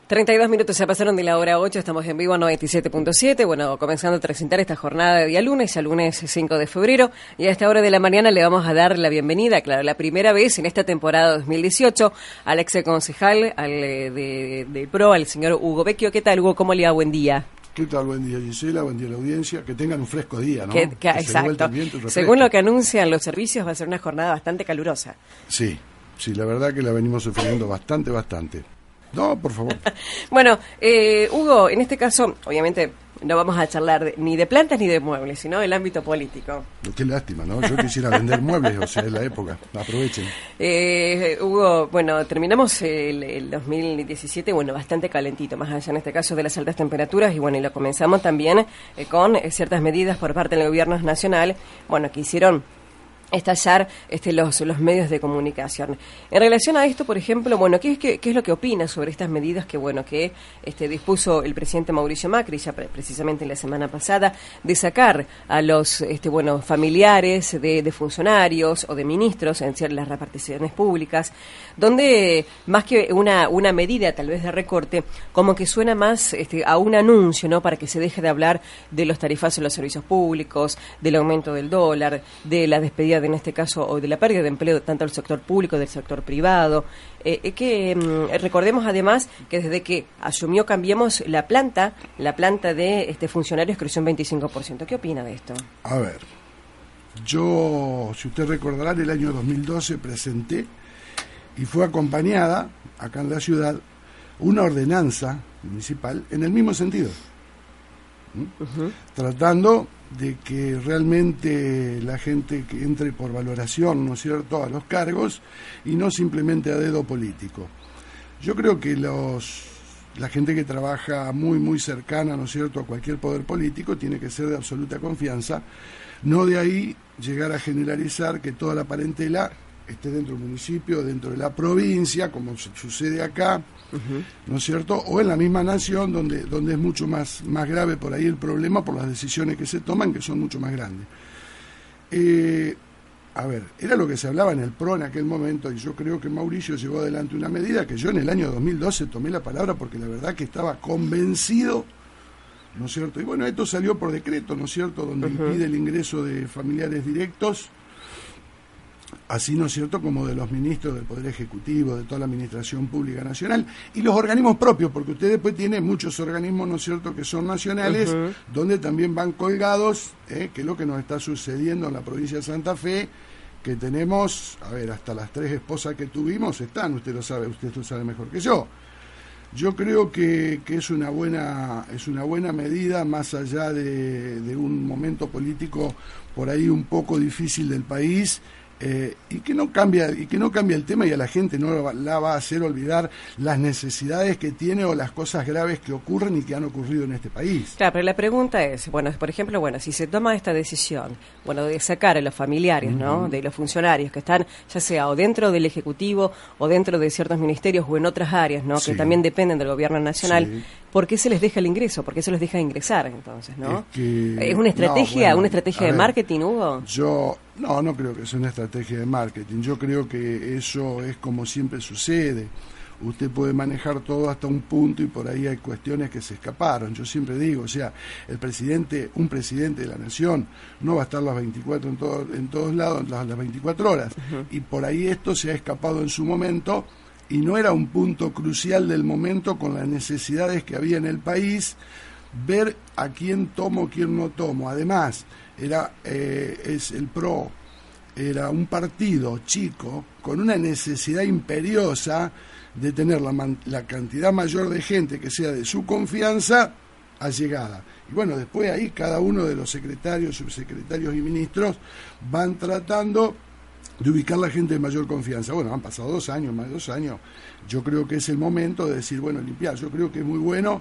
32 minutos se pasaron de la hora 8, estamos en vivo a 97.7, bueno, comenzando a presentar esta jornada de día lunes 5 de febrero, y a esta hora de la mañana le vamos a dar la bienvenida, claro, la primera vez en esta temporada 2018, al ex concejal de PRO, al señor Hugo Vecchio. ¿Qué tal, Hugo? ¿Cómo le va? Buen día. ¿Qué tal? Buen día, Gisela, buen día a la audiencia, que tengan un fresco día, ¿no? Exacto. Según lo que anuncian los servicios, va a ser una jornada bastante calurosa. Sí, la verdad que la venimos sufriendo bastante. No, por favor. Bueno, Hugo, en este caso, obviamente, no vamos a charlar ni de plantas ni de muebles, sino del ámbito político. Qué lástima, ¿no? Yo quisiera vender muebles, o sea, es la época. Aprovechen. Hugo, bueno, terminamos el 2017, bueno, bastante calentito, más allá en este caso de las altas temperaturas, y bueno, y lo comenzamos también con ciertas medidas por parte del gobierno nacional, bueno, que hicieron estallar los medios de comunicación. En relación a esto, por ejemplo, bueno, ¿qué es lo que opina sobre estas medidas que dispuso el presidente Mauricio Macri ya precisamente la semana pasada, de sacar a los familiares de funcionarios o de ministros en las reparticiones públicas, donde más que una medida tal vez de recorte, como que suena más a un anuncio, ¿no?, para que se deje de hablar de los tarifazos en los servicios públicos, del aumento del dólar, de la despedida en este caso, o de la pérdida de empleo tanto del sector público del sector privado, recordemos además que desde que asumió Cambiemos la planta de funcionarios creció un 25%. ¿Qué opina de esto? A ver, yo, si usted recordará, en el año 2012 presenté y fue acompañada acá en la ciudad una ordenanza municipal en el mismo sentido, tratando de que realmente la gente que entre por valoración, ¿no es cierto?, a los cargos y no simplemente a dedo político. Yo creo que la gente que trabaja muy cercana, ¿no es cierto?, a cualquier poder político tiene que ser de absoluta confianza, no de ahí llegar a generalizar que toda la parentela esté dentro del municipio, dentro de la provincia, como sucede acá, ¿no es cierto?, o en la misma nación, donde es mucho más grave por ahí el problema, por las decisiones que se toman, que son mucho más grandes. A ver, era lo que se hablaba en el PRO en aquel momento, y yo creo que Mauricio llevó adelante una medida que yo en el año 2012 tomé la palabra porque la verdad que estaba convencido, ¿no es cierto? Y bueno, esto salió por decreto, ¿no es cierto?, donde impide el ingreso de familiares directos, así, ¿no es cierto?, como de los ministros del Poder Ejecutivo, de toda la Administración Pública Nacional, y los organismos propios, porque usted después tiene muchos organismos, ¿no es cierto?, que son nacionales, donde también van colgados, que es lo que nos está sucediendo en la provincia de Santa Fe, que tenemos, a ver, hasta las 3 esposas que tuvimos están, usted lo sabe mejor que yo. Yo creo que es una buena medida, más allá de un momento político por ahí un poco difícil del país, y que no cambia el tema, y a la gente no la va a hacer olvidar las necesidades que tiene o las cosas graves que ocurren y que han ocurrido en este país. Claro, pero la pregunta es, bueno, por ejemplo, si se toma esta decisión, de sacar a los familiares, ¿no?, de los funcionarios que están, ya sea o dentro del Ejecutivo o dentro de ciertos ministerios o en otras áreas, ¿no?, que también dependen del gobierno nacional, ¿por qué se les deja el ingreso? ¿Por qué se les deja ingresar entonces, no? ¿Es una estrategia, de marketing, Hugo? Yo no creo que sea una estrategia de marketing. Yo creo que eso es como siempre sucede. Usted puede manejar todo hasta un punto y por ahí hay cuestiones que se escaparon. Yo siempre digo, o sea, un presidente de la nación no va a estar las 24 en todos lados, las 24 horas. Y por ahí esto se ha escapado en su momento y no era un punto crucial del momento con las necesidades que había en el país, ver a quién tomo, quién no tomo. Además, es el PRO, era un partido chico con una necesidad imperiosa de tener la cantidad mayor de gente que sea de su confianza allegada. Y bueno, después ahí cada uno de los secretarios, subsecretarios y ministros van tratando de ubicar la gente de mayor confianza. Bueno, han pasado más de 2 años. Yo creo que es el momento de decir, bueno, limpiar. Yo creo que es muy bueno,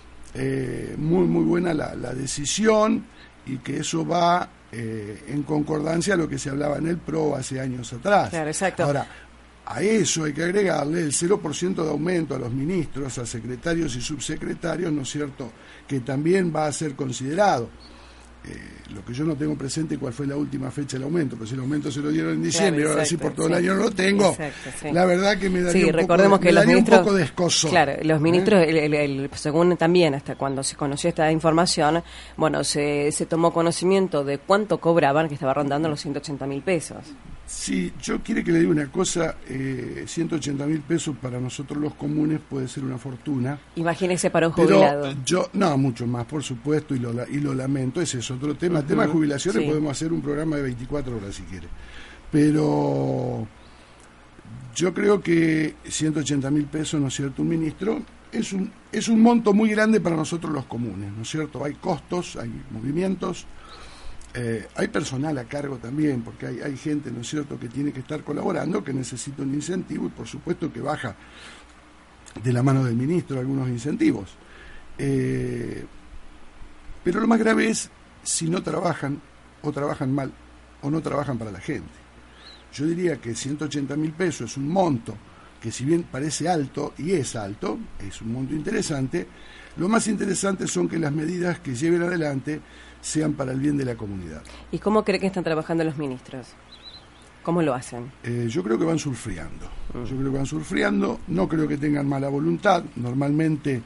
muy buena la decisión, y que eso va en concordancia a lo que se hablaba en el PRO hace años atrás. Claro, exacto. Ahora, a eso hay que agregarle el 0% de aumento a los ministros, a secretarios y subsecretarios, ¿no es cierto?, que también va a ser considerado. Lo que yo no tengo presente cuál fue la última fecha del aumento, pero si el aumento se lo dieron en diciembre, claro, ahora sí por todo el año no lo tengo. Exacto, sí. La verdad que me daría, recordemos que los ministros, un poco de escozor. Claro, los ministros, según también hasta cuando se conoció esta información, bueno, se tomó conocimiento de cuánto cobraban, que estaba rondando los 180.000 pesos. Sí, yo quiero que le diga una cosa, 180.000 pesos para nosotros los comunes puede ser una fortuna. Imagínese para un jubilado. No, mucho más, por supuesto, y lo lamento, ese es otro tema. El tema de jubilaciones podemos hacer un programa de 24 horas si quiere. Pero yo creo que 180.000 pesos, ¿no es cierto?, un ministro, es un monto muy grande para nosotros los comunes, ¿no es cierto? Hay costos, hay movimientos. Hay personal a cargo también, porque hay gente, ¿no es cierto?, que tiene que estar colaborando, que necesita un incentivo y por supuesto que baja de la mano del ministro algunos incentivos. Pero lo más grave es si no trabajan, o trabajan mal, o no trabajan para la gente. Yo diría que 180.000 pesos es un monto que, si bien parece alto, y es alto, es un monto interesante. Lo más interesante son que las medidas que lleven adelante sean para el bien de la comunidad. ¿Y cómo cree que están trabajando los ministros? ¿Cómo lo hacen? Yo creo que van surfriando. No creo que tengan mala voluntad. Normalmente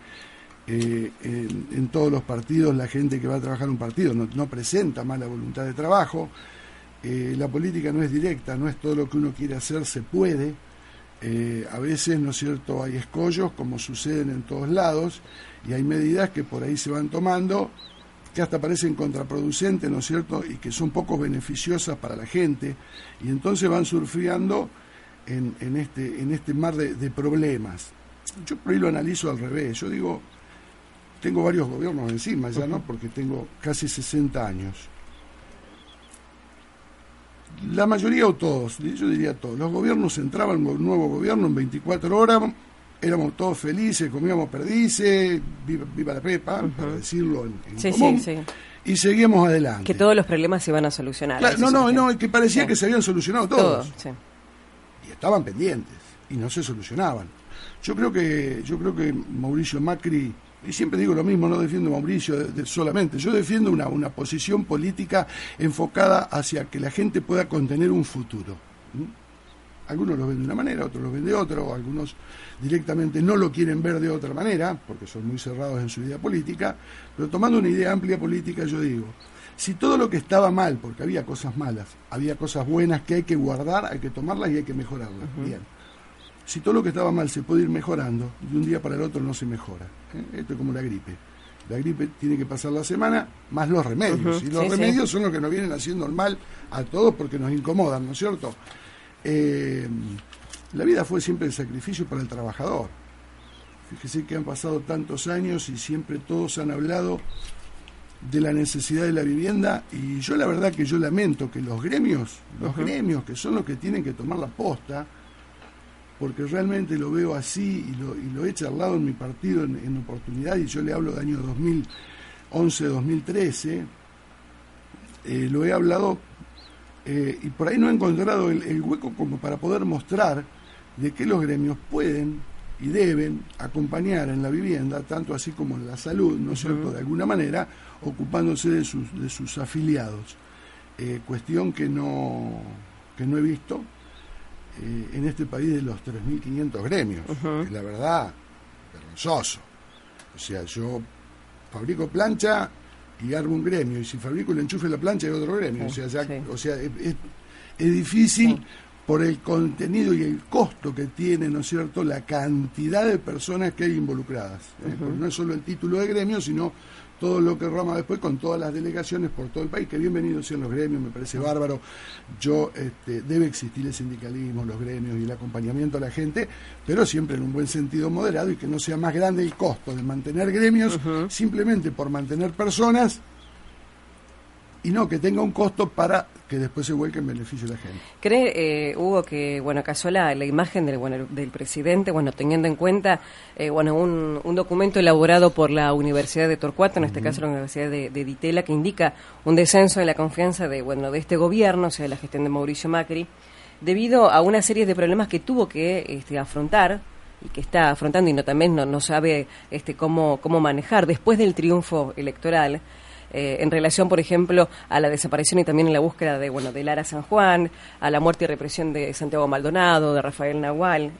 en todos los partidos la gente que va a trabajar un partido no presenta mala voluntad de trabajo. La política no es directa, no es todo lo que uno quiere hacer se puede. A veces, ¿no es cierto?, hay escollos, como suceden en todos lados, y hay medidas que por ahí se van tomando que hasta parecen contraproducentes, ¿no es cierto?, y que son poco beneficiosas para la gente, y entonces van surfeando en este mar de problemas. Yo por ahí lo analizo al revés. Yo digo, tengo varios gobiernos encima ya, ¿no?, porque tengo casi 60 años. La mayoría o todos, yo diría todos, los gobiernos entraban, un nuevo gobierno en 24 horas, éramos todos felices, comíamos perdices, viva la Pepa, para decirlo en común, y seguíamos adelante. Que todos los problemas se iban a solucionar. Claro, que parecía que se habían solucionado todos. Sí. Y estaban pendientes, y no se solucionaban. Yo creo que Mauricio Macri, y siempre digo lo mismo, no defiendo a Mauricio solamente, yo defiendo una posición política enfocada hacia que la gente pueda contener un futuro. Algunos lo ven de una manera, otros lo ven de otra, o algunos directamente no lo quieren ver de otra manera, porque son muy cerrados en su idea política, pero tomando una idea amplia política, yo digo, si todo lo que estaba mal, porque había cosas malas, había cosas buenas que hay que guardar, hay que tomarlas y hay que mejorarlas, bien. Si todo lo que estaba mal se puede ir mejorando, de un día para el otro no se mejora. Esto es como la gripe. La gripe tiene que pasar la semana, más los remedios. Y los remedios son los que nos vienen haciendo el mal a todos porque nos incomodan, ¿no es cierto? La vida fue siempre el sacrificio para el trabajador. Fíjese que han pasado tantos años y siempre todos han hablado de la necesidad de la vivienda, y yo la verdad que yo lamento que los gremios que son los que tienen que tomar la posta, porque realmente lo veo así y lo he charlado en mi partido en oportunidad, y yo le hablo de año 2011-2013, lo he hablado y por ahí no he encontrado el hueco como para poder mostrar de que los gremios pueden y deben acompañar en la vivienda, tanto así como en la salud, ¿no es cierto?, de alguna manera, ocupándose de sus afiliados. Cuestión que no he visto en este país de los 3.500 gremios, que la verdad, vergonzoso. O sea, yo fabrico plancha y armo un gremio, y si fabrico el enchufe de la plancha hay otro gremio. O sea, es difícil por el contenido y el costo que tiene, ¿no es cierto?, la cantidad de personas que hay involucradas. Porque no es solo el título de gremio, sino todo lo que rama después con todas las delegaciones por todo el país, que bienvenidos sean los gremios, me parece bárbaro. Debe existir el sindicalismo, los gremios y el acompañamiento a la gente, pero siempre en un buen sentido moderado, y que no sea más grande el costo de mantener gremios simplemente por mantener personas, y no que tenga un costo para que después se vuelque en beneficio de la gente. ¿Cree, Hugo, que acaso la imagen del presidente, teniendo en cuenta un documento elaborado por la Universidad de Torcuato, en este caso la Universidad de Ditela, que indica un descenso de la confianza de este gobierno, o sea, de la gestión de Mauricio Macri, debido a una serie de problemas que tuvo que afrontar y que está afrontando, y también no sabe cómo manejar después del triunfo electoral? en relación, por ejemplo, a la desaparición y también en la búsqueda de Lara San Juan, a la muerte y represión de Santiago Maldonado, de Rafael Nahuel,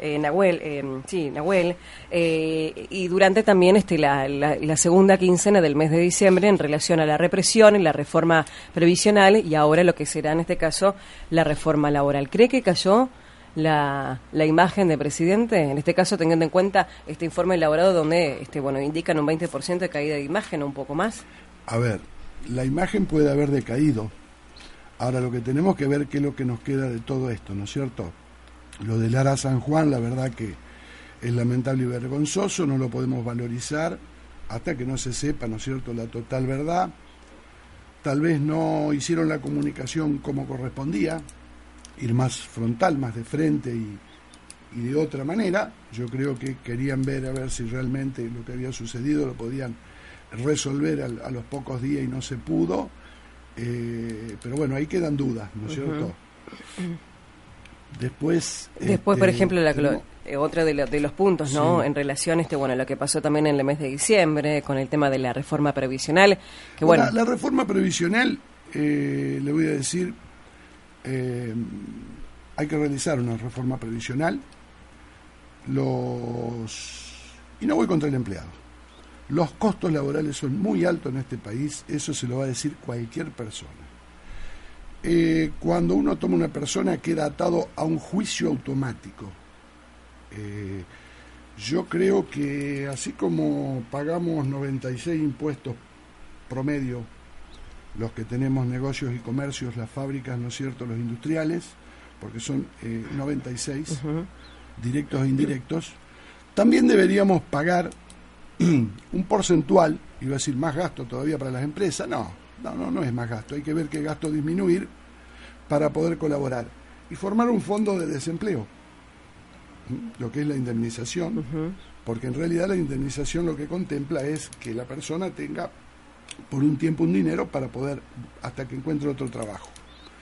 y durante también la segunda quincena del mes de diciembre en relación a la represión y la reforma previsional y ahora lo que será en este caso la reforma laboral. ¿Cree que cayó la imagen del presidente, en este caso teniendo en cuenta este informe elaborado donde indican un 20% de caída de imagen o un poco más? A ver, la imagen puede haber decaído. Ahora lo que tenemos que ver qué es lo que nos queda de todo esto, ¿no es cierto? Lo de Lara San Juan, la verdad que es lamentable y vergonzoso, no lo podemos valorizar hasta que no se sepa, ¿no es cierto?, la total verdad. Tal vez no hicieron la comunicación como correspondía, ir más frontal, más de frente y de otra manera. Yo creo que querían ver a ver si realmente lo que había sucedido lo podían resolver a los pocos días y no se pudo. Pero bueno, ahí quedan dudas, ¿no es cierto? Después, por ejemplo, otro de los puntos, ¿no? Sí. En relación a lo que pasó también en el mes de diciembre con el tema de la reforma previsional. Que la reforma previsional, le voy a decir, hay que realizar una reforma previsional. Y no voy contra el empleado. Los costos laborales son muy altos en este país, eso se lo va a decir cualquier persona. Cuando uno toma una persona queda atado a un juicio automático. Yo creo que así como pagamos 96 impuestos promedio, los que tenemos negocios y comercios, las fábricas, ¿no es cierto?, los industriales, porque son 96, directos e indirectos, también deberíamos pagar un porcentual, iba a decir más gasto todavía para las empresas, no es más gasto, hay que ver qué gasto disminuir para poder colaborar y formar un fondo de desempleo, lo que es la indemnización, porque en realidad la indemnización lo que contempla es que la persona tenga por un tiempo un dinero para poder, hasta que encuentre otro trabajo.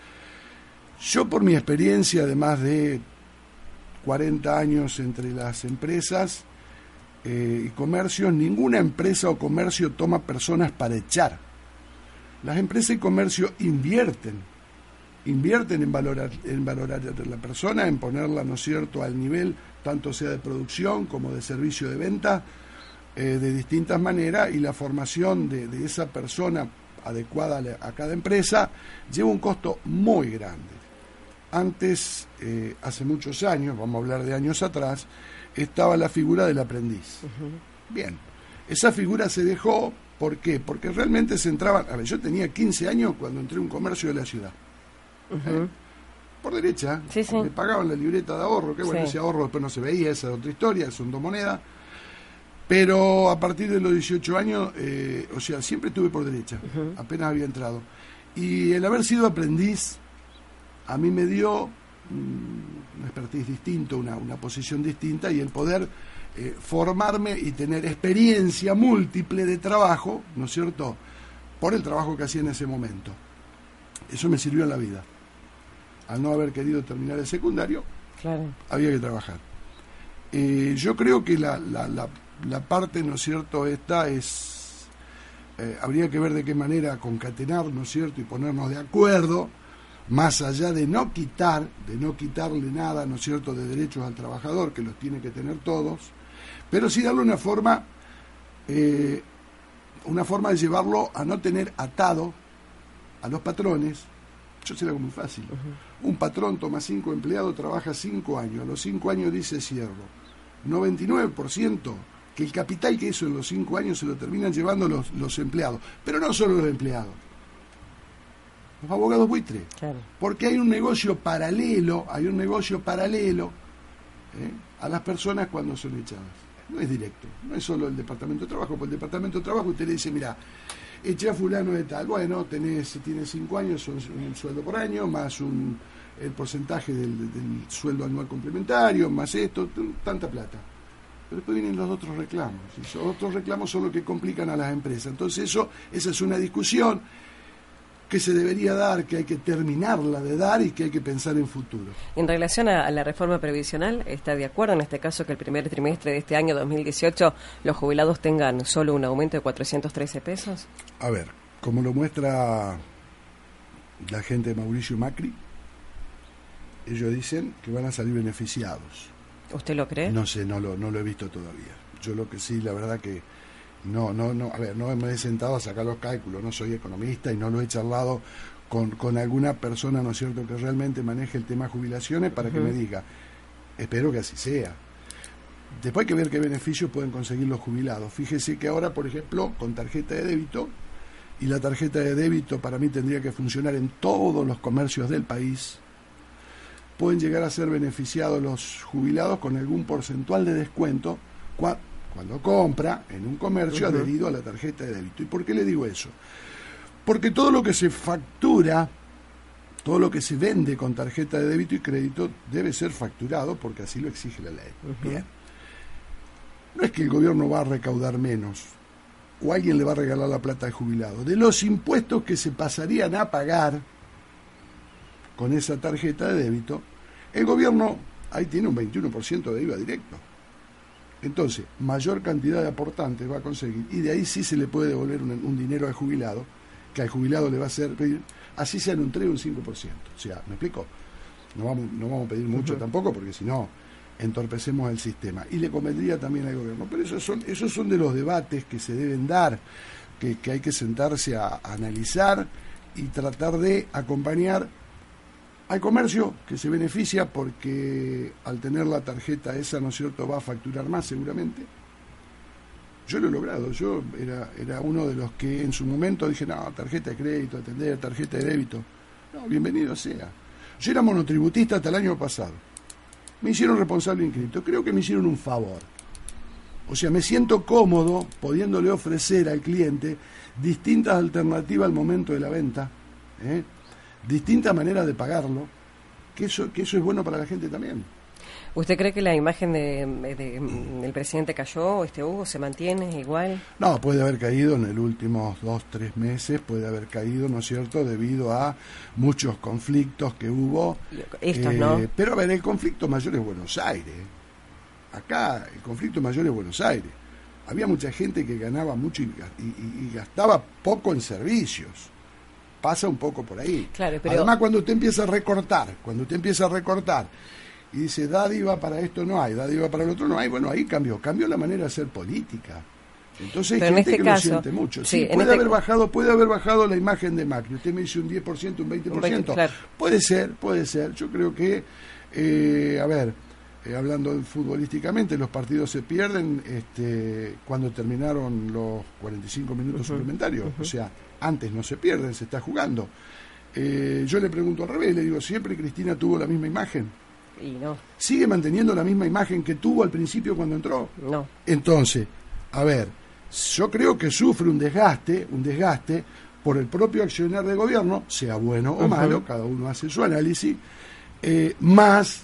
Yo por mi experiencia de más de 40 años entre las empresas y comercios, ninguna empresa o comercio toma personas para echar. Las empresas y comercio invierten en valorar a la persona, en ponerla, ¿no es cierto?, al nivel, tanto sea de producción como de servicio de venta, de distintas maneras, y la formación de esa persona adecuada a cada empresa lleva un costo muy grande. Antes, hace muchos años, vamos a hablar de años atrás, estaba la figura del aprendiz. Bien, esa figura se dejó, ¿por qué? Porque realmente se entraban, yo tenía 15 años cuando entré a un comercio de la ciudad. Por derecha, sí. Me pagaban la libreta de ahorro, que bueno, ese ahorro después no se veía, esa es otra historia, son 2 monedas. Pero a partir de los 18 años, siempre estuve por derecha, apenas había entrado. Y el haber sido aprendiz a mí me dio un expertise distinto, una posición distinta, y el poder formarme y tener experiencia múltiple de trabajo, ¿no es cierto?, por el trabajo que hacía en ese momento. Eso me sirvió en la vida. Al no haber querido terminar el secundario, había que trabajar. Yo creo que la parte, ¿no es cierto?, esta es... habría que ver de qué manera concatenar, ¿no es cierto?, y ponernos de acuerdo, más allá de no quitarle nada, ¿no es cierto?, de derechos al trabajador, que los tiene que tener todos, pero sí darle una forma de llevarlo a no tener atado a los patrones. Yo se lo hago muy fácil. Un patrón toma 5 empleados, trabaja 5 años, a los 5 años dice cierro. 99% que el capital que hizo en los 5 años se lo terminan llevando los empleados, pero no solo los empleados, los abogados buitre, porque hay un negocio paralelo a las personas cuando son echadas. No es directo, no es solo el Departamento de Trabajo, porque el Departamento de Trabajo usted le dice, mira, eché a fulano de tal, bueno, tiene 5 años, son un sueldo por año, más el porcentaje del sueldo anual complementario, más esto, tanta plata. Pero después vienen los otros reclamos, y esos otros reclamos son los que complican a las empresas. Entonces esa es una discusión que se debería dar, que hay que terminarla de dar y que hay que pensar en futuro. En relación a la reforma previsional, ¿está de acuerdo en este caso que el primer trimestre de este año 2018 los jubilados tengan solo un aumento de 413 pesos? A ver, como lo muestra la gente de Mauricio Macri, ellos dicen que van a salir beneficiados. ¿Usted lo cree? No sé, no lo he visto todavía. Yo lo que sí, la verdad que no, a ver, no me he sentado a sacar los cálculos, no soy economista y no lo he charlado con alguna persona, ¿no es cierto?, que realmente maneje el tema jubilaciones para que me diga, espero que así sea. Después hay que ver qué beneficios pueden conseguir los jubilados. Fíjese que ahora, por ejemplo, con tarjeta de débito, y la tarjeta de débito para mí tendría que funcionar en todos los comercios del país, pueden llegar a ser beneficiados los jubilados con algún porcentual de descuento cuando compra en un comercio adherido a la tarjeta de débito. ¿Y por qué le digo eso? Porque todo lo que se factura, todo lo que se vende con tarjeta de débito y crédito debe ser facturado porque así lo exige la ley. Bien. No es que el gobierno va a recaudar menos o alguien le va a regalar la plata al jubilado. De los impuestos que se pasarían a pagar con esa tarjeta de débito, el gobierno ahí tiene un 21% de IVA directo. Entonces, mayor cantidad de aportantes va a conseguir, y de ahí sí se le puede devolver un dinero al jubilado, que al jubilado le va a hacer pedir, así sean un 3 o un 5%. O sea, ¿me explico? No vamos a pedir mucho tampoco, porque si no, entorpecemos el sistema. Y le convendría también al gobierno. Pero esos son de los debates que se deben dar, que hay que sentarse a analizar y tratar de acompañar al comercio, que se beneficia porque al tener la tarjeta esa, ¿no es cierto?, va a facturar más seguramente. Yo lo he logrado, yo era uno de los que en su momento dije, no, tarjeta de crédito, atender, tarjeta de débito. No, bienvenido sea. Yo era monotributista hasta el año pasado. Me hicieron responsable inscripto, creo que me hicieron un favor. O sea, me siento cómodo pudiéndole ofrecer al cliente distintas alternativas al momento de la venta, distintas maneras de pagarlo, que eso es bueno para la gente también. ¿Usted cree que la imagen del presidente cayó, Hugo, se mantiene igual? No, puede haber caído en los últimos 2-3 meses, puede haber caído, ¿no es cierto?, debido a muchos conflictos que hubo. Estos, ¿no? Pero a ver, el conflicto mayor es Buenos Aires. Acá el conflicto mayor es Buenos Aires. Había mucha gente que ganaba mucho y gastaba poco en servicios. Pasa un poco por ahí. Claro, pero... Además, cuando usted empieza a recortar, y dice, dádiva para esto no hay, dádiva para el otro no hay, bueno, ahí cambió la manera de hacer política. Entonces hay gente que lo siente mucho. Sí, puede haber bajado la imagen de Macri. Usted me dice un 10%, un 20%. Claro. Puede ser. Yo creo que, hablando futbolísticamente, los partidos se pierden cuando terminaron los 45 minutos suplementarios. O sea, antes no se pierden, se está jugando. Yo le pregunto al revés, le digo, ¿siempre Cristina tuvo la misma imagen? Y no. ¿Sigue manteniendo la misma imagen que tuvo al principio cuando entró? No. Entonces, a ver, yo creo que sufre un desgaste por el propio accionar de gobierno, sea bueno o malo, cada uno hace su análisis, más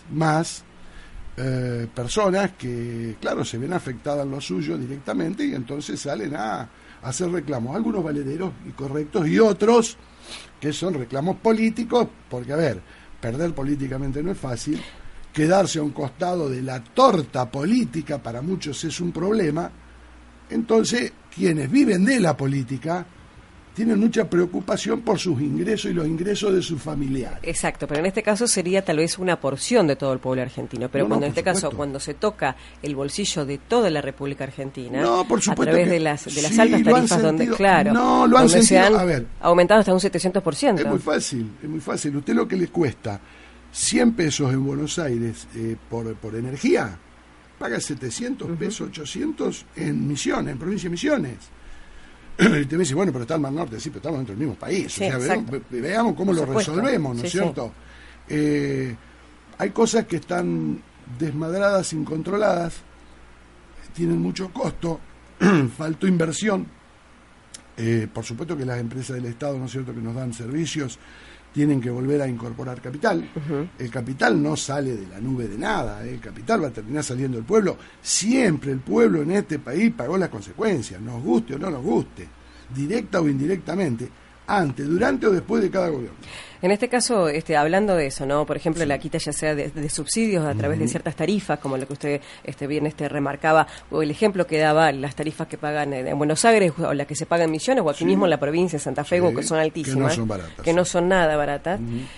personas que, claro, se ven afectadas en lo suyo directamente y entonces salen a hacer reclamos, algunos valederos y correctos y otros que son reclamos políticos, porque, a ver, perder políticamente no es fácil, quedarse a un costado de la torta política para muchos es un problema. Entonces, quienes viven de la política tienen mucha preocupación por sus ingresos y los ingresos de sus familiares. Exacto, pero en este caso sería tal vez una porción de todo el pueblo argentino, pero en este caso, cuando se toca el bolsillo de toda la República Argentina, a través de las altas tarifas donde, claro, lo han donde se sentido, han aumentado hasta un 700%. Es muy fácil. Usted lo que le cuesta 100 pesos en Buenos Aires por energía, paga 700 pesos, 800 en Misiones, en provincia de Misiones. Y te me dice, bueno, pero está al Mar Norte, sí, pero estamos dentro del mismo país. Sí, o sea, veamos cómo lo resolvemos, ¿no es cierto? Hay cosas que están desmadradas, incontroladas, tienen mucho costo, faltó inversión. Por supuesto que las empresas del Estado, ¿no es cierto?, que nos dan servicios, tienen que volver a incorporar capital. El capital no sale de la nube de nada, el capital va a terminar saliendo del pueblo. Siempre el pueblo en este país pagó las consecuencias, nos guste o no nos guste, directa o indirectamente. antes, durante o después de cada gobierno. En este caso, hablando de eso, ¿no? Por ejemplo, la quita ya sea de subsidios a través de ciertas tarifas, como lo que usted bien remarcaba, o el ejemplo que daba, las tarifas que pagan en Buenos Aires, o las que se pagan en Misiones, o aquí mismo en la provincia de Santa Fe, que son altísimas. Que no son baratas. Que no son nada baratas.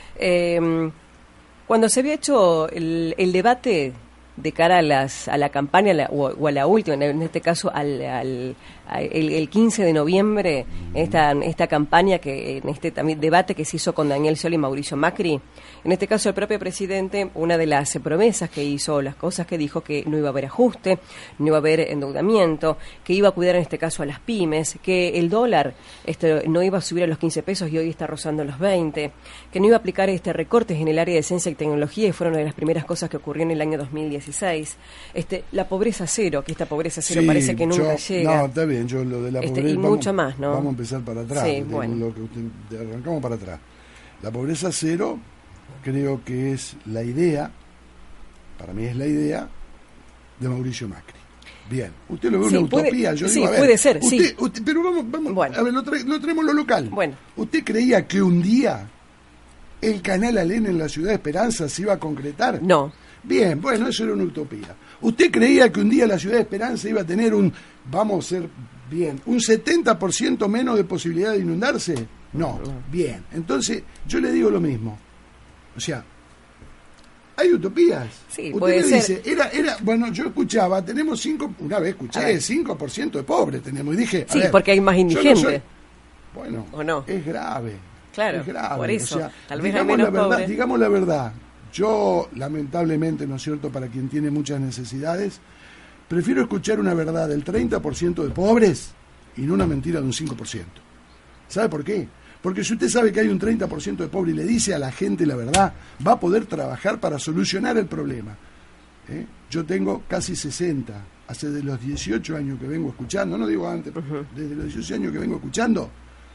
Cuando se había hecho el debate de cara a la campaña o a la última, en este caso el 15 de noviembre, esta campaña, en este también debate que se hizo con Daniel Scioli y Mauricio Macri, en este caso el propio presidente, una de las promesas que hizo, las cosas que dijo, que no iba a haber ajuste, no iba a haber endeudamiento, que iba a cuidar en este caso a las pymes, que el dólar no iba a subir a los 15 pesos y hoy está rozando los 20, que no iba a aplicar recortes en el área de ciencia y tecnología, y fueron una de las primeras cosas que ocurrió en el año 2016. La pobreza cero, que esta pobreza cero parece que nunca llega. No, está bien, yo lo de la pobreza... y mucho más, ¿no? Vamos a empezar para atrás, sí, bueno. Arrancamos para atrás. La pobreza cero creo que es la idea, para mí es la idea de Mauricio Macri. Bien, usted lo ve una utopía, yo digo, a ver, puede ser, pero vamos bueno. A ver, lo traemos lo local. Bueno. ¿Usted creía que un día el canal Alén en la Ciudad de Esperanza se iba a concretar? No. Bien, bueno, eso era una utopía. ¿Usted creía que un día la Ciudad de Esperanza iba a tener un 70% menos de posibilidad de inundarse? No, bien. Entonces, yo le digo lo mismo. O sea, hay utopías. Sí, usted puede me ser. dice, bueno, yo escuchaba, una vez escuché 5% de pobres tenemos, y dije, sí, porque hay más indigentes. Bueno, ¿o no? Es grave. Claro, es grave. por eso. O sea, tal vez hay menos pobres. Digamos la verdad. Yo, lamentablemente, ¿no es cierto?, para quien tiene muchas necesidades, prefiero escuchar una verdad del 30% de pobres y no una mentira de un 5%. ¿Sabe por qué? Porque si usted sabe que hay un 30% de pobres y le dice a la gente la verdad, va a poder trabajar para solucionar el problema. Yo tengo casi 60, hace de los 18 años que vengo escuchando, no digo antes, desde los 18 años que vengo escuchando,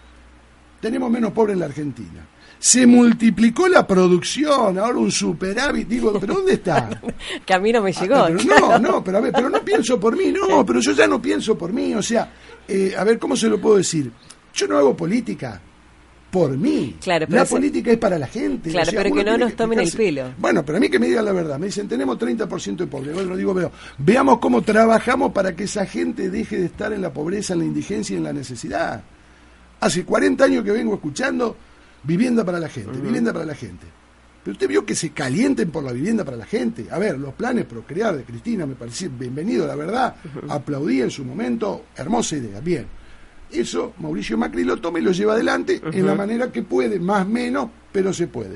tenemos menos pobres en la Argentina. Se multiplicó la producción, ahora un superávit, digo, ¿pero dónde está? Que a mí no me llegó. Pero a ver, pero no pienso por mí, pero yo ya no pienso por mí, o sea, a ver, ¿cómo se lo puedo decir? Yo no hago política por mí, claro, la política es para la gente. Claro, o sea, pero que no nos tomen el pelo. Bueno, pero a mí que me digan la verdad, me dicen, tenemos 30% de pobres, bueno, digo, veamos cómo trabajamos para que esa gente deje de estar en la pobreza, en la indigencia y en la necesidad. Hace 40 años que vengo escuchando vivienda para la gente, vivienda para la gente. Pero usted vio que se calienten por la vivienda para la gente. A ver, los planes Procrear de Cristina me pareció bienvenido, la verdad. Aplaudí en su momento, hermosa idea, bien. Eso Mauricio Macri lo toma y lo lleva adelante en la manera que puede, más o menos, pero se puede.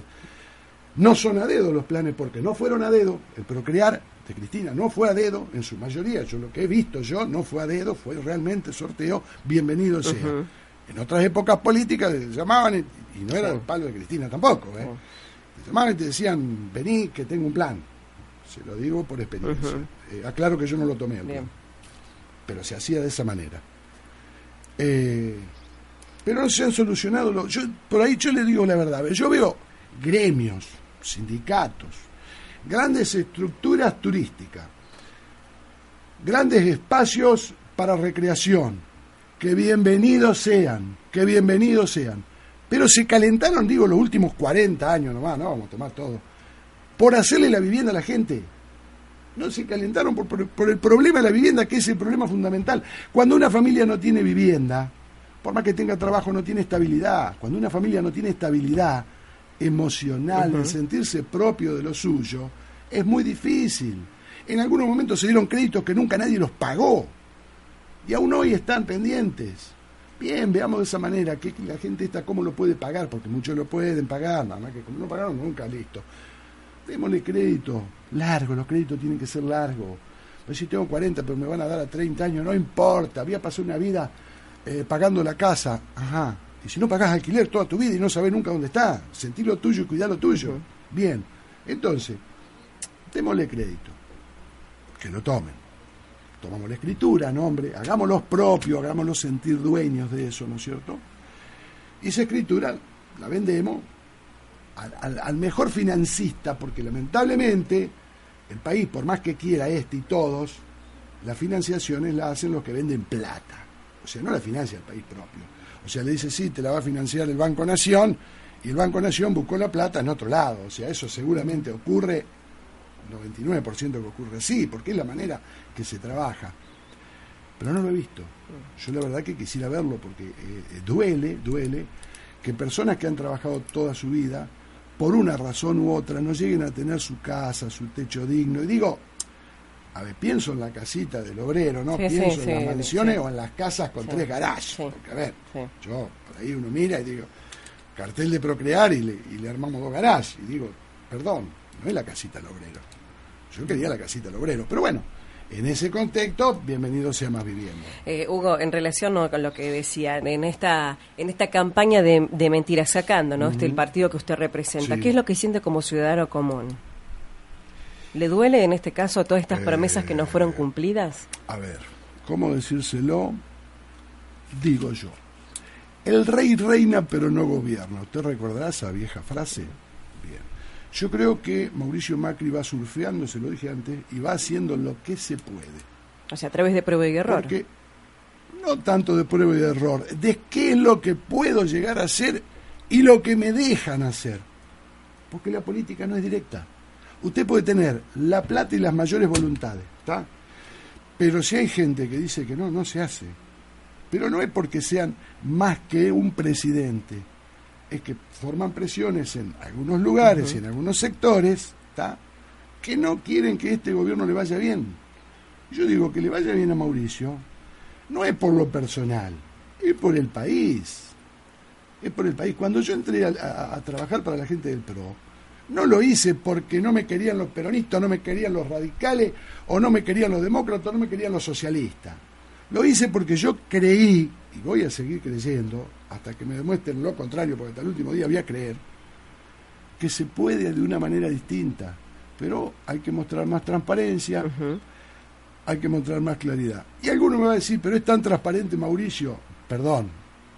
No son a dedo los planes, porque no fueron a dedo. El Procrear de Cristina no fue a dedo, en su mayoría. Yo lo que he visto no fue a dedo, fue realmente sorteo, bienvenido sea. En otras épocas políticas se llamaban, y no era el palo de Cristina tampoco, te llamaban y te decían, vení que tengo un plan. Se lo digo por experiencia. Aclaro que yo no lo tomé el plan, pero se hacía de esa manera. Pero no se han solucionado por ahí yo le digo la verdad, yo veo gremios, sindicatos, grandes estructuras turísticas, grandes espacios para recreación, que bienvenidos sean, pero se calentaron, digo, los últimos 40 años nomás, no vamos a tomar todo, por hacerle la vivienda a la gente. No se calentaron por el problema de la vivienda, que es el problema fundamental. Cuando una familia no tiene vivienda, por más que tenga trabajo, no tiene estabilidad. Cuando una familia no tiene estabilidad emocional, de sentirse propio de lo suyo, es muy difícil. En algunos momentos se dieron créditos que nunca nadie los pagó, y aún hoy están pendientes. Bien, veamos de esa manera, que la gente cómo lo puede pagar, porque muchos lo pueden pagar, nada más que como no pagaron nunca, listo. Démosle crédito largo, los créditos tienen que ser largos. Pues si tengo 40, pero me van a dar a 30 años, no importa, voy a pasar una vida pagando la casa. Ajá. Y si no pagás alquiler toda tu vida y no sabés nunca dónde está, sentí lo tuyo y cuidá lo tuyo. Bien, entonces, démosle crédito, que lo tomen. Tomamos la escritura, nombre, hagámoslos propios, hagámoslos sentir dueños de eso, ¿no es cierto? Y esa escritura la vendemos al mejor financista, porque lamentablemente el país, por más que quiera y todos, las financiaciones las hacen los que venden plata. O sea, no la financia el país propio. O sea, le dice, sí, te la va a financiar el Banco Nación, y el Banco Nación buscó la plata en otro lado. O sea, eso seguramente ocurre, 99% que ocurre así, porque es la manera que se trabaja. Pero no lo he visto. Yo la verdad que quisiera verlo, porque duele que personas que han trabajado toda su vida, por una razón u otra, no lleguen a tener su casa, su techo digno. Y digo, a ver, pienso en la casita del obrero, ¿no? Pienso en las mansiones o en las casas con 3 garajes. Porque, a ver, yo, por ahí uno mira y digo, cartel de Procrear y le armamos 2 garajes. Y digo, perdón, no es la casita del obrero. Yo quería la casita del obrero. Pero bueno, en ese contexto, bienvenido sea Más Vivienda. Hugo, en relación con lo que decía, en esta campaña de mentiras, sacando, ¿no? El partido que usted representa, ¿qué es lo que siente como ciudadano común? ¿Le duele en este caso todas estas promesas que no fueron cumplidas? A ver, ¿cómo decírselo? Digo yo. El rey reina pero no gobierna. ¿Usted recordará esa vieja frase? Bien. Yo creo que Mauricio Macri va surfeando, se lo dije antes, y va haciendo lo que se puede. O sea, a través de prueba y error. Porque no tanto de prueba y de error, de qué es lo que puedo llegar a hacer y lo que me dejan hacer. Porque la política no es directa. Usted puede tener la plata y las mayores voluntades, ¿está? Pero si hay gente que dice que no se hace. Pero no es porque sean más que un presidente. Es que forman presiones en algunos lugares y en algunos sectores, ¿está? Que no quieren que este gobierno le vaya bien. Yo digo que le vaya bien a Mauricio, no es por lo personal, es por el país. Es por el país. Cuando yo entré a trabajar para la gente del PRO, no lo hice porque no me querían los peronistas, no me querían los radicales, o no me querían los demócratas, o no me querían los socialistas. Lo hice porque yo creí, y voy a seguir creyendo, hasta que me demuestren lo contrario, porque hasta el último día voy a creer, que se puede de una manera distinta. Pero hay que mostrar más transparencia, hay que mostrar más claridad. Y alguno me va a decir, pero es tan transparente Mauricio. Perdón,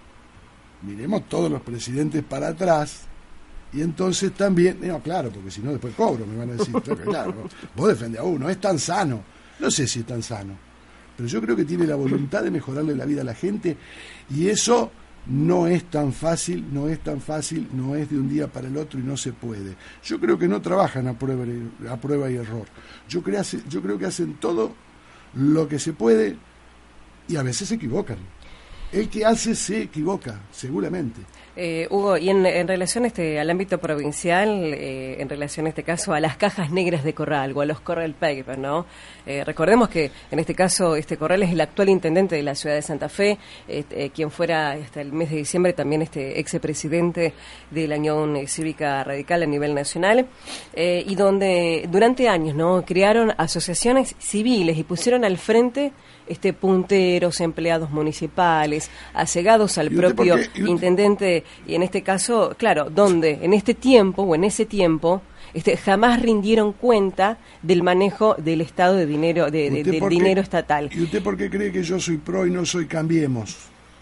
miremos todos los presidentes para atrás. Y entonces también, no, claro, porque si no después cobro, me van a decir, claro, vos defendés a uno, es tan sano. No sé si es tan sano, pero yo creo que tiene la voluntad de mejorarle la vida a la gente, y eso no es tan fácil, no es de un día para el otro y no se puede. Yo creo que no trabajan a prueba y error. Yo creo que hacen todo lo que se puede y a veces se equivocan. El que hace se equivoca, seguramente. Hugo, y en relación al ámbito provincial, en relación en este caso a las cajas negras de Corral o a los Corral Papers, ¿no? Recordemos que en este caso Corral es el actual intendente de la ciudad de Santa Fe, quien fuera hasta el mes de diciembre también expresidente de la Unión Cívica Radical a nivel nacional, y donde durante años, ¿no?, crearon asociaciones civiles y pusieron al frente punteros, empleados municipales, allegados al propio intendente, y en este caso, claro, donde en ese tiempo jamás rindieron cuenta del manejo del Estado de dinero, del dinero estatal. ¿Y usted por qué cree que yo soy pro y no soy Cambiemos?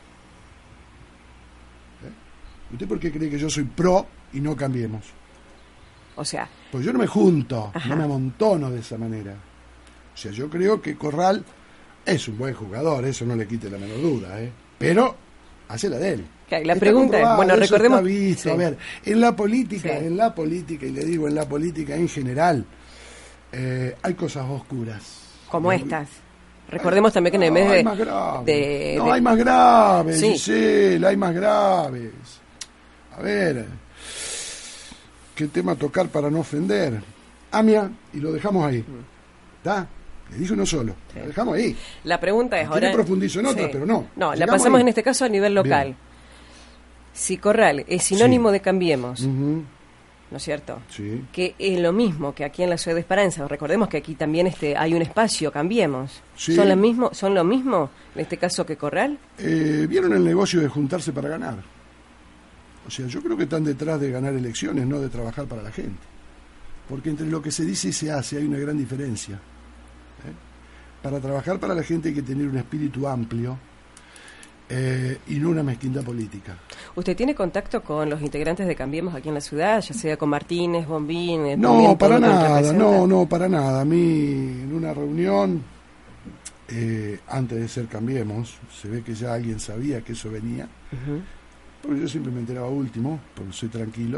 ¿Usted por qué cree que yo soy pro y no Cambiemos? O sea... Pues yo no me junto, no me amontono de esa manera. O sea, yo creo que Corral es un buen jugador, eso no le quite la menor duda, pero hace la de él. La pregunta es, bueno, recordemos... Está visto. A ver, en la política, y le digo en la política en general, hay cosas oscuras. Como estas. Recordemos también que en el mes hay más graves, Gisela, hay más graves. A ver, ¿qué tema tocar para no ofender? Amia, y lo dejamos ahí. ¿Está? Le dije uno solo, lo dejamos ahí. La pregunta es ahora... profundizo en otra, pero no. No, la pasamos ahí. En este caso a nivel local. Bien. Si Corral es sinónimo de Cambiemos, ¿no es cierto? Sí. Que es lo mismo que aquí en la ciudad de Esperanza. Recordemos que aquí también hay un espacio, Cambiemos. Sí. ¿Son lo mismo en este caso que Corral? Vieron el negocio de juntarse para ganar. O sea, yo creo que están detrás de ganar elecciones, no de trabajar para la gente. Porque entre lo que se dice y se hace hay una gran diferencia. Para trabajar para la gente hay que tener un espíritu amplio y no una mezquindad política. ¿Usted tiene contacto con los integrantes de Cambiemos aquí en la ciudad, ya sea con Martínez, Bombín? No, para nada, no, para nada. A mí en una reunión antes de ser Cambiemos, se ve que ya alguien sabía que eso venía, porque yo siempre me enteraba último, porque soy tranquilo.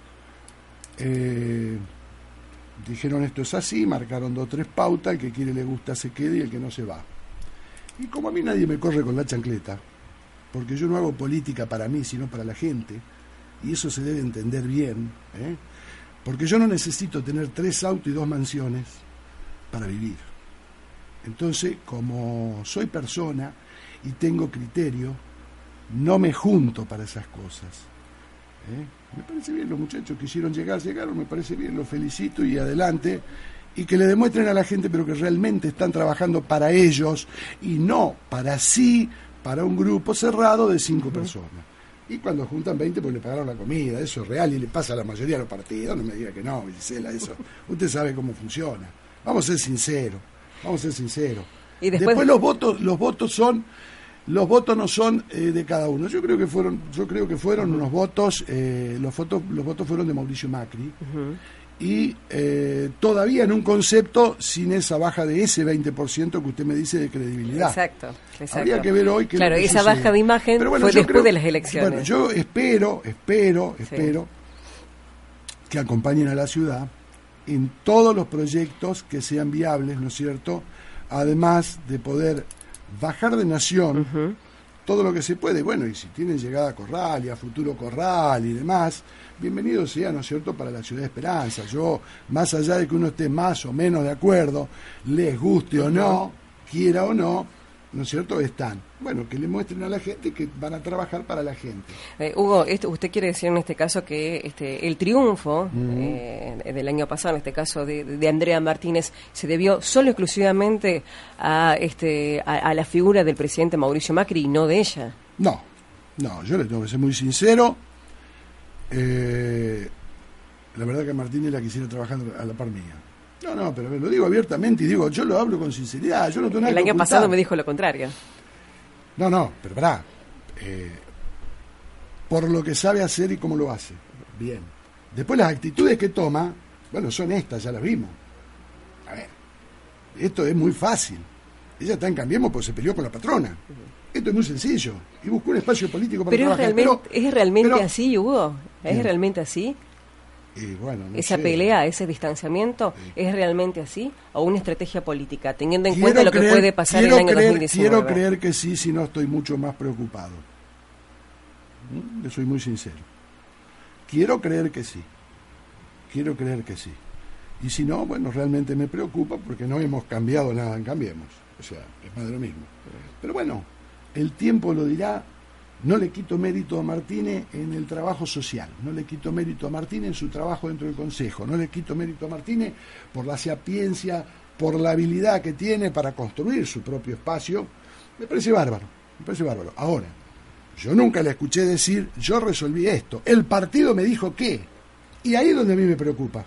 Dijeron esto es así, marcaron 2 o 3 pautas, el que quiere le gusta se quede y el que no se va. Y como a mí nadie me corre con la chancleta, porque yo no hago política para mí, sino para la gente, y eso se debe entender bien, porque yo no necesito tener 3 autos y 2 mansiones para vivir. Entonces, como soy persona y tengo criterio, no me junto para esas cosas. Me parece bien, los muchachos quisieron llegaron, me parece bien, los felicito y adelante, y que le demuestren a la gente pero que realmente están trabajando para ellos y no para sí, para un grupo cerrado de 5 personas. Y cuando juntan 20 pues le pagaron la comida, eso es real y le pasa a la mayoría de los partidos, no me diga que no, Gisela, eso, usted sabe cómo funciona. Vamos a ser sinceros. Y después los votos no son de cada uno. Yo creo que fueron unos votos, los votos fueron de Mauricio Macri, y todavía en un concepto sin esa baja de ese 20% que usted me dice de credibilidad. Exacto. Habría que ver hoy que claro, esa baja de imagen fue después de las elecciones. Bueno, yo espero que acompañen a la ciudad en todos los proyectos que sean viables, ¿no es cierto? Además de poder bajar de nación todo lo que se puede, bueno, y si tienen llegada a Corral y a futuro Corral y demás, bienvenido sea, ¿no es cierto?, para la ciudad de Esperanza. Yo, más allá de que uno esté más o menos de acuerdo, les guste o no, quiera o no, ¿no es cierto?, están. Bueno, que le muestren a la gente que van a trabajar para la gente. Hugo, usted quiere decir en este caso que el triunfo del año pasado, en este caso de Andrea Martínez, se debió solo exclusivamente a la figura del presidente Mauricio Macri y no de ella. No, yo le tengo que ser muy sincero. La verdad que Martínez la quisiera trabajar a la par mía. No, pero lo digo abiertamente y digo, yo lo hablo con sinceridad. Yo no tengo nada que ocultar. El año pasado me dijo lo contrario. No, pero pará. Por lo que sabe hacer y cómo lo hace. Bien. Después las actitudes que toma, bueno, son estas, ya las vimos. A ver, esto es muy fácil. Ella está en Cambiemos porque se peleó con la patrona. Esto es muy sencillo. Y buscó un espacio político para trabajar. ¿Es realmente así, Hugo? ¿Es realmente así? Bueno, esa pelea, ese distanciamiento, ¿es realmente así? ¿O una estrategia política, teniendo en cuenta lo que puede pasar en el año 2019? Quiero creer que sí, si no estoy mucho más preocupado. Le soy muy sincero. Quiero creer que sí. Y si no, bueno, realmente me preocupa porque no hemos cambiado nada en Cambiemos. O sea, es más de lo mismo. Pero bueno, el tiempo lo dirá. No le quito mérito a Martínez en el trabajo social, no le quito mérito a Martínez en su trabajo dentro del Consejo, no le quito mérito a Martínez por la sapiencia, por la habilidad que tiene para construir su propio espacio. Me parece bárbaro. Ahora, yo nunca le escuché decir, yo resolví esto, el partido me dijo qué, y ahí es donde a mí me preocupa.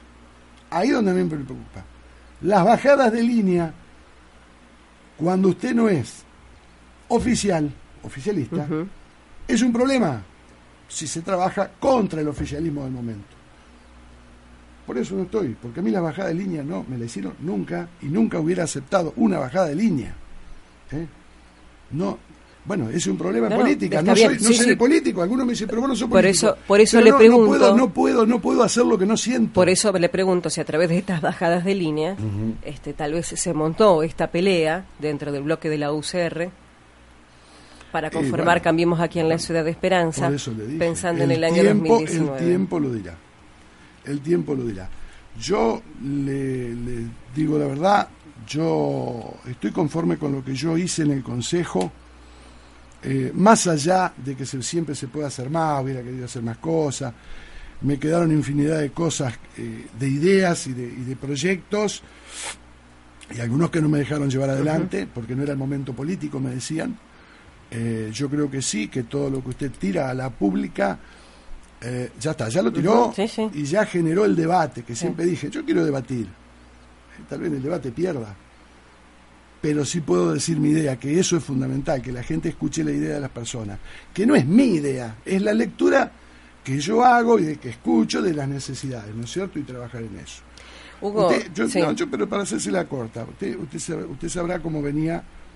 Las bajadas de línea, cuando usted no es oficialista, es un problema si se trabaja contra el oficialismo del momento. Por eso no estoy, porque a mí la bajada de línea no me la hicieron nunca y nunca hubiera aceptado una bajada de línea. No, bueno, es un problema política. No soy político. Algunos me dicen, pero vos no sos político. Por eso le pregunto. No puedo hacer lo que no siento. Por eso le pregunto si a través de estas bajadas de línea, tal vez se montó esta pelea dentro del bloque de la UCR para conformar Cambiemos aquí en la ciudad de Esperanza, pensando en el año 2019. El tiempo lo dirá. Yo le digo la verdad, yo estoy conforme con lo que yo hice en el Consejo, más allá de que siempre se puede hacer más, hubiera querido hacer más cosas, me quedaron infinidad de cosas, de ideas y de proyectos, y algunos que no me dejaron llevar adelante, porque no era el momento político, me decían. Yo creo que sí, que todo lo que usted tira a la pública, ya está, ya lo tiró y ya generó el debate, que siempre dije, yo quiero debatir, tal vez el debate pierda, pero sí puedo decir mi idea, que eso es fundamental, que la gente escuche la idea de las personas, que no es mi idea, es la lectura que yo hago y de que escucho de las necesidades, ¿no es cierto? Y trabajar en eso. Hugo, pero para hacerse la corta, usted sabrá cómo venía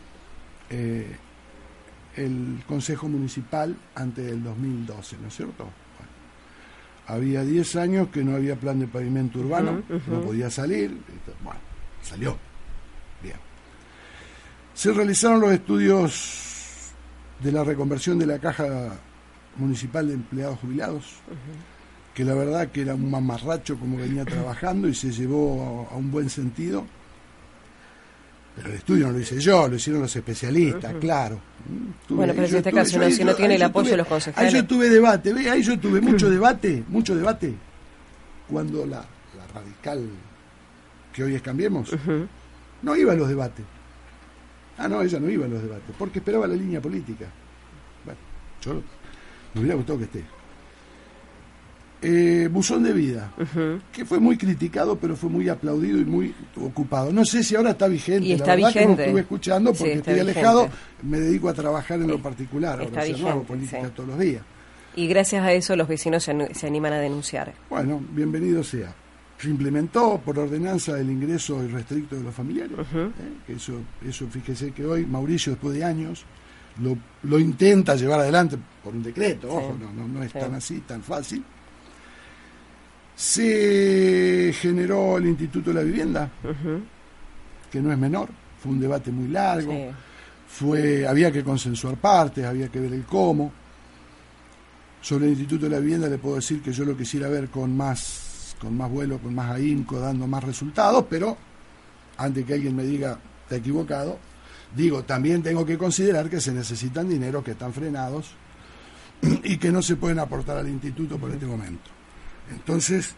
el Consejo Municipal antes del 2012, ¿no es cierto? Bueno, había 10 años que no había plan de pavimento urbano, no podía salir, bueno, salió. Bien. Se realizaron los estudios de la reconversión de la Caja Municipal de Empleados Jubilados, que la verdad que era un mamarracho como venía trabajando y se llevó a un buen sentido. Pero el estudio no lo hice yo, lo hicieron los especialistas, claro. Bueno, pero en este caso, si no tiene el apoyo de los concejales. Ahí yo tuve debate, ahí yo tuve mucho debate, cuando la radical, que hoy es Cambiemos, no iba a los debates. No, ella no iba a los debates, porque esperaba la línea política. Bueno, yo me hubiera gustado que esté. Buzón de Vida, que fue muy criticado, pero fue muy aplaudido y muy ocupado. No sé si ahora está vigente. Y está la verdad vigente. que no estuve escuchando porque sí, estoy alejado, me dedico a trabajar en lo particular. Está ahora vigente, no hago política todos los días. Y gracias a eso los vecinos se animan a denunciar. Bueno, bienvenido sea. Se implementó por ordenanza el ingreso irrestricto de los familiares. Que eso fíjese que hoy Mauricio, después de años, lo intenta llevar adelante por un decreto. Ojo, no es tan así, tan fácil. Se generó el Instituto de la Vivienda, que no es menor, fue un debate muy largo, había que consensuar partes, había que ver el cómo. Sobre el Instituto de la Vivienda le puedo decir que yo lo quisiera ver con más vuelo, con más ahínco, dando más resultados, pero antes que alguien me diga, está equivocado, digo, también tengo que considerar que se necesitan dineros que están frenados y que no se pueden aportar al instituto por este momento. Entonces,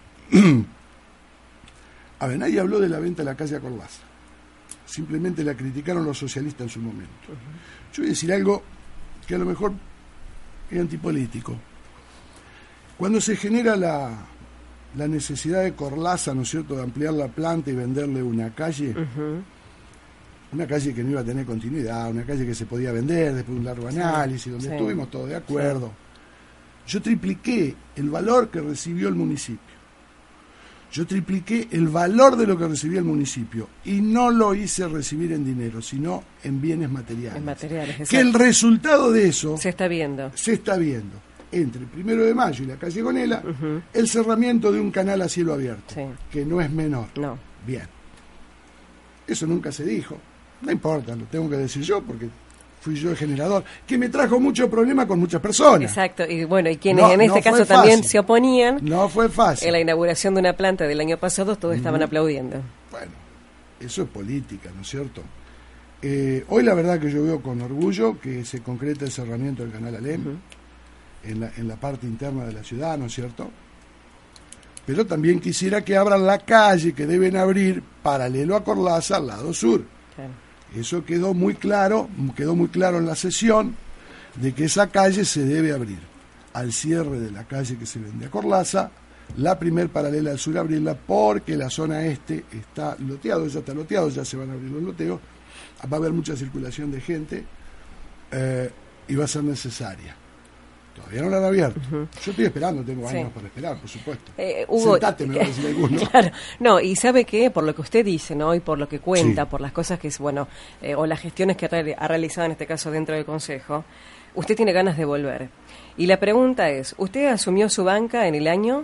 a ver, nadie habló de la venta de la calle a Corlaza. Simplemente la criticaron los socialistas en su momento. Yo voy a decir algo que a lo mejor es antipolítico. Cuando se genera la necesidad de Corlaza, ¿no es cierto?, de ampliar la planta y venderle una calle que no iba a tener continuidad, una calle que se podía vender después de un largo análisis, donde estuvimos todos de acuerdo. Yo tripliqué el valor que recibió el municipio. Yo tripliqué el valor de lo que recibía el municipio. Y no lo hice recibir en dinero, sino en bienes materiales. Que el resultado de eso se está viendo. Entre el 1 de Mayo y la calle Gonela, el cerramiento de un canal a cielo abierto, que no es menor. No. Bien. Eso nunca se dijo. No importa, lo tengo que decir yo porque fui yo el generador, que me trajo mucho problema con muchas personas. Exacto, y bueno, y quienes en este caso también se oponían. No fue fácil. En la inauguración de una planta del año pasado todos estaban aplaudiendo. Bueno, eso es política, ¿no es cierto? Hoy la verdad que yo veo con orgullo que se concreta el cerramiento del canal Alem en la parte interna de la ciudad, ¿no es cierto? Pero también quisiera que abran la calle que deben abrir paralelo a Corlaza al lado sur. Claro. Eso quedó muy claro en la sesión de que esa calle se debe abrir. Al cierre de la calle que se vende a Corlaza, la primer paralela al sur abrirla porque la zona este está loteado, ya está loteado, ya se van a abrir los loteos, va a haber mucha circulación de gente y va a ser necesaria. Todavía no la han abierto. Yo estoy esperando, tengo años para esperar, por supuesto. Hugo, sentate, me va a decir alguno. Claro, no, y sabe que por lo que usted dice, ¿no? Y por lo que cuenta, por las cosas que, o las gestiones que ha realizado en este caso dentro del Consejo, usted tiene ganas de volver. Y la pregunta es, ¿usted asumió su banca en el año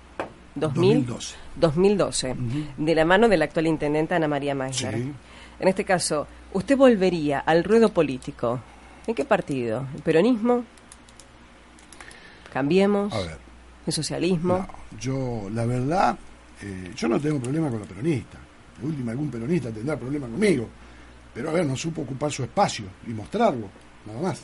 2012, de la mano de la actual intendenta Ana María Meissner? Sí. En este caso, ¿usted volvería al ruedo político? ¿En qué partido? ¿El peronismo? ¿Cambiemos? A ver, ¿el socialismo? No, yo, la verdad, yo no tengo problema con los peronistas. De última, algún peronista tendrá problema conmigo. Pero, a ver, no supo ocupar su espacio y mostrarlo, nada más.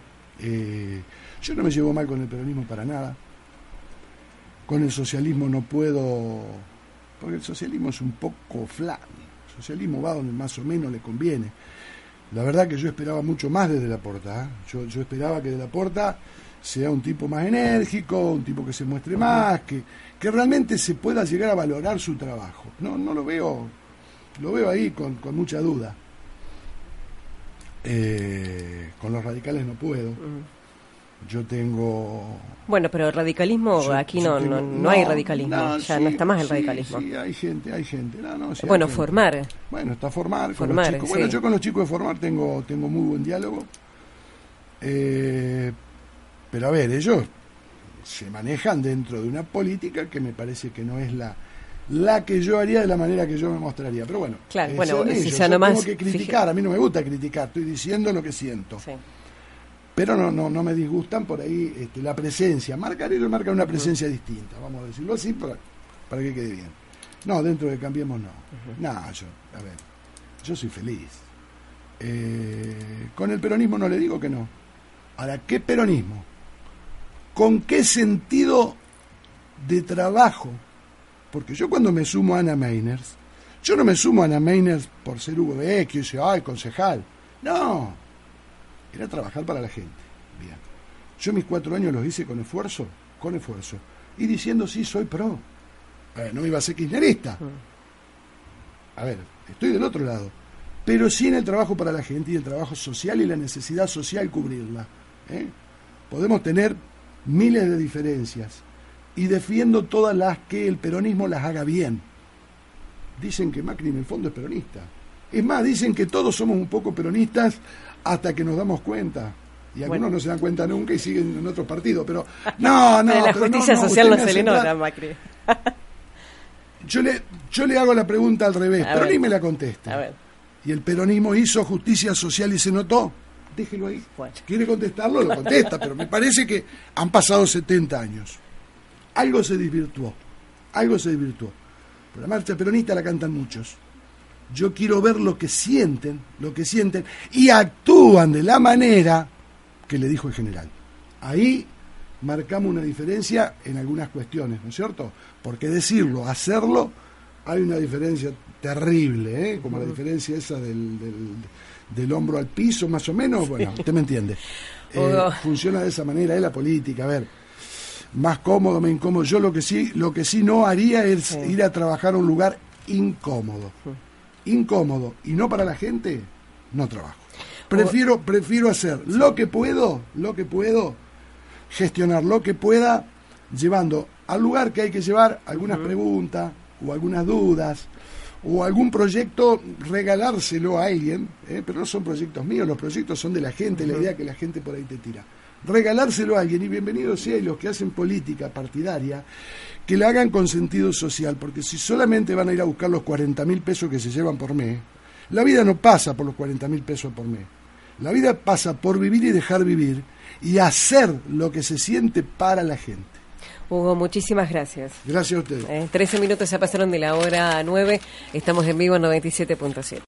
Yo no me llevo mal con el peronismo para nada. Con el socialismo no puedo, porque el socialismo es un poco flan. El socialismo va donde más o menos le conviene. La verdad que yo esperaba mucho más de la Porta. Yo esperaba que de la Porta sea un tipo más enérgico, un tipo que se muestre más, que realmente se pueda llegar a valorar su trabajo. No lo veo ahí con mucha duda. Con los radicales no puedo. Yo tengo... Bueno, pero el radicalismo, aquí no hay radicalismo, no está más el radicalismo. Sí, hay gente. Sí, bueno, hay gente. formar. Bueno, está formar con formar, los chicos. Bueno, sí. yo con los chicos de formar tengo muy buen diálogo. Pero a ver, ellos se manejan dentro de una política que me parece que no es la que yo haría de la manera que yo me mostraría. Pero bueno, claro, bueno, ellos. yo nomás, tengo que criticar, a mí no me gusta criticar, estoy diciendo lo que siento. Sí. Pero no me disgustan por ahí la presencia. Ellos marcan una presencia distinta, vamos a decirlo así, para que quede bien. No, dentro de Cambiemos no. Yo soy feliz. Con el peronismo no le digo que no. Ahora, ¿qué peronismo? ¿Con qué sentido de trabajo? Porque yo cuando me sumo a Ana Meiners, yo no me sumo a Ana Meiners por ser Hugo Vecchio y decir, ay, concejal. No. Era trabajar para la gente. Bien. Yo mis 4 años los hice con esfuerzo. Y diciendo, sí, soy pro. No me iba a ser kirchnerista. A ver, estoy del otro lado. Pero sí en el trabajo para la gente y el trabajo social y la necesidad social cubrirla. Podemos tener miles de diferencias. Y defiendo todas las que el peronismo las haga bien. Dicen que Macri en el fondo es peronista. Es más, dicen que todos somos un poco peronistas hasta que nos damos cuenta. Y algunos no se dan cuenta nunca y siguen en otros partidos. Pero no. Pero la justicia social no se le nota a Macri. Yo le hago la pregunta al revés, pero ni me la contesta. A ver. ¿Y el peronismo hizo justicia social y se notó? Déjelo ahí. Bueno. Si quiere contestarlo, lo contesta. Pero me parece que han pasado 70 años. Algo se desvirtuó. Pero la marcha peronista la cantan muchos. Yo quiero ver lo que sienten, y actúan de la manera que le dijo el general. Ahí marcamos una diferencia en algunas cuestiones, ¿no es cierto? Porque decirlo, hacerlo, hay una diferencia terrible, como la diferencia esa del hombro al piso, más o menos. Bueno, usted me entiende. Funciona de esa manera, es la política. A ver, más cómodo, más incómodo. Yo lo que sí no haría es ir a trabajar a un lugar incómodo. Y no para la gente, no trabajo. Prefiero hacer lo que puedo, gestionar lo que pueda, llevando al lugar que hay que llevar algunas preguntas o algunas dudas o algún proyecto, regalárselo a alguien, pero no son proyectos míos, los proyectos son de la gente, la idea que la gente por ahí te tira. Regalárselo a alguien, y bienvenido sea, y los que hacen política partidaria, que la hagan con sentido social, porque si solamente van a ir a buscar los 40.000 pesos que se llevan por mes, la vida no pasa por los 40.000 pesos por mes. La vida pasa por vivir y dejar vivir, y hacer lo que se siente para la gente. Hugo, muchísimas gracias. Gracias a ustedes. 13 minutos ya pasaron de la hora 9, estamos en vivo en 97.7.